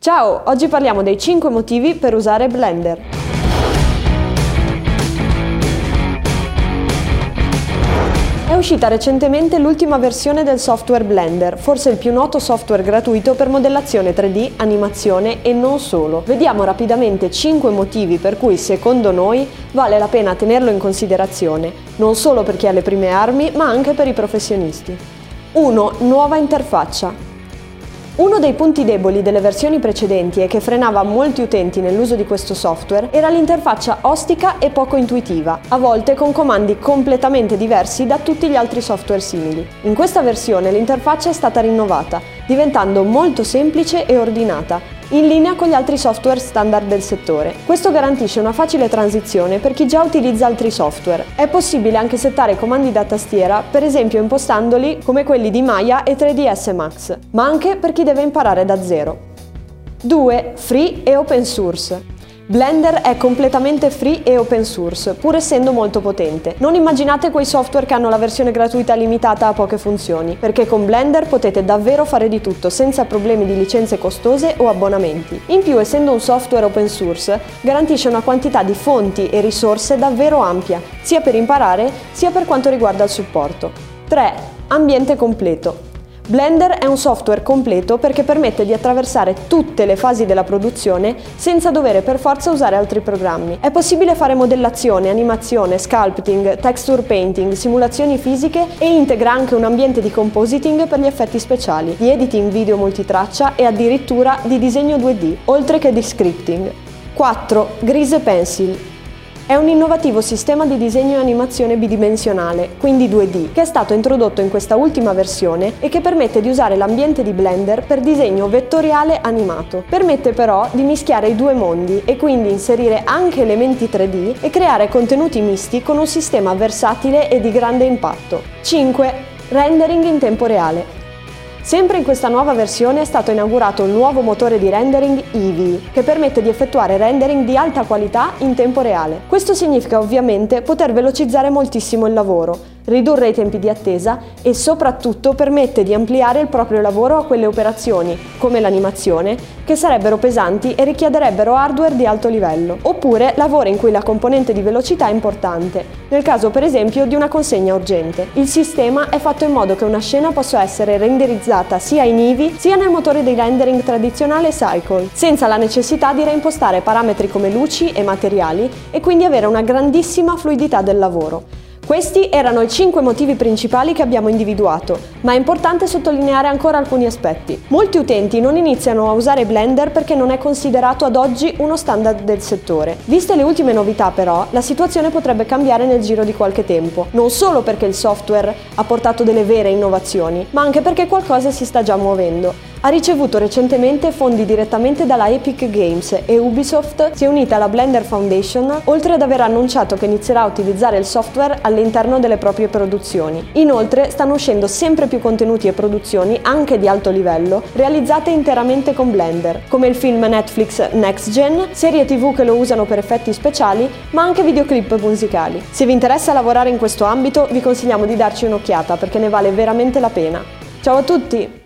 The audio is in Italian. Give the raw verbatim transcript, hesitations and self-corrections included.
Ciao, oggi parliamo dei cinque motivi per usare Blender. È uscita recentemente l'ultima versione del software Blender, forse il più noto software gratuito per modellazione tre D, animazione e non solo. Vediamo rapidamente cinque motivi per cui, secondo noi, vale la pena tenerlo in considerazione, non solo per chi ha le prime armi, ma anche per i professionisti. uno. Nuova interfaccia. Uno dei punti deboli delle versioni precedenti e che frenava molti utenti nell'uso di questo software era l'interfaccia ostica e poco intuitiva, a volte con comandi completamente diversi da tutti gli altri software simili. In questa versione l'interfaccia è stata rinnovata, diventando molto semplice e ordinata, in linea con gli altri software standard del settore. Questo garantisce una facile transizione per chi già utilizza altri software. È possibile anche settare i comandi da tastiera, per esempio impostandoli come quelli di Maya e tre D S Max, ma anche per chi deve imparare da zero. due. Free e open source. Blender è completamente free e open source, pur essendo molto potente. Non immaginate quei software che hanno la versione gratuita limitata a poche funzioni, perché con Blender potete davvero fare di tutto senza problemi di licenze costose o abbonamenti. In più, essendo un software open source, garantisce una quantità di fonti e risorse davvero ampia, sia per imparare sia per quanto riguarda il supporto. tre. Ambiente completo. Blender è un software completo perché permette di attraversare tutte le fasi della produzione senza dover per forza usare altri programmi. È possibile fare modellazione, animazione, sculpting, texture painting, simulazioni fisiche e integra anche un ambiente di compositing per gli effetti speciali, di editing video multitraccia e addirittura di disegno due D, oltre che di scripting. quattro. Grease Pencil. È un innovativo sistema di disegno e animazione bidimensionale, quindi due D, che è stato introdotto in questa ultima versione e che permette di usare l'ambiente di Blender per disegno vettoriale animato. Permette però di mischiare i due mondi e quindi inserire anche elementi tre D e creare contenuti misti con un sistema versatile e di grande impatto. cinque. Rendering in tempo reale. Sempre in questa nuova versione è stato inaugurato un nuovo motore di rendering Eevee, che permette di effettuare rendering di alta qualità in tempo reale. Questo significa ovviamente poter velocizzare moltissimo il lavoro, ridurre i tempi di attesa e soprattutto permette di ampliare il proprio lavoro a quelle operazioni, come l'animazione, che sarebbero pesanti e richiederebbero hardware di alto livello, oppure lavori in cui la componente di velocità è importante, nel caso per esempio di una consegna urgente. Il sistema è fatto in modo che una scena possa essere renderizzata sia in Eevee sia nel motore di rendering tradizionale Cycle, senza la necessità di reimpostare parametri come luci e materiali e quindi avere una grandissima fluidità del lavoro. Questi erano i cinque motivi principali che abbiamo individuato, ma è importante sottolineare ancora alcuni aspetti. Molti utenti non iniziano a usare Blender perché non è considerato ad oggi uno standard del settore. Viste le ultime novità però, la situazione potrebbe cambiare nel giro di qualche tempo, non solo perché il software ha portato delle vere innovazioni, ma anche perché qualcosa si sta già muovendo. Ha ricevuto recentemente fondi direttamente dalla Epic Games e Ubisoft si è unita alla Blender Foundation, oltre ad aver annunciato che inizierà a utilizzare il software all'interno delle proprie produzioni. Inoltre stanno uscendo sempre più contenuti e produzioni, anche di alto livello, realizzate interamente con Blender, come il film Netflix Next Gen, serie tivù che lo usano per effetti speciali, ma anche videoclip musicali. Se vi interessa lavorare in questo ambito, vi consigliamo di darci un'occhiata perché ne vale veramente la pena. Ciao a tutti!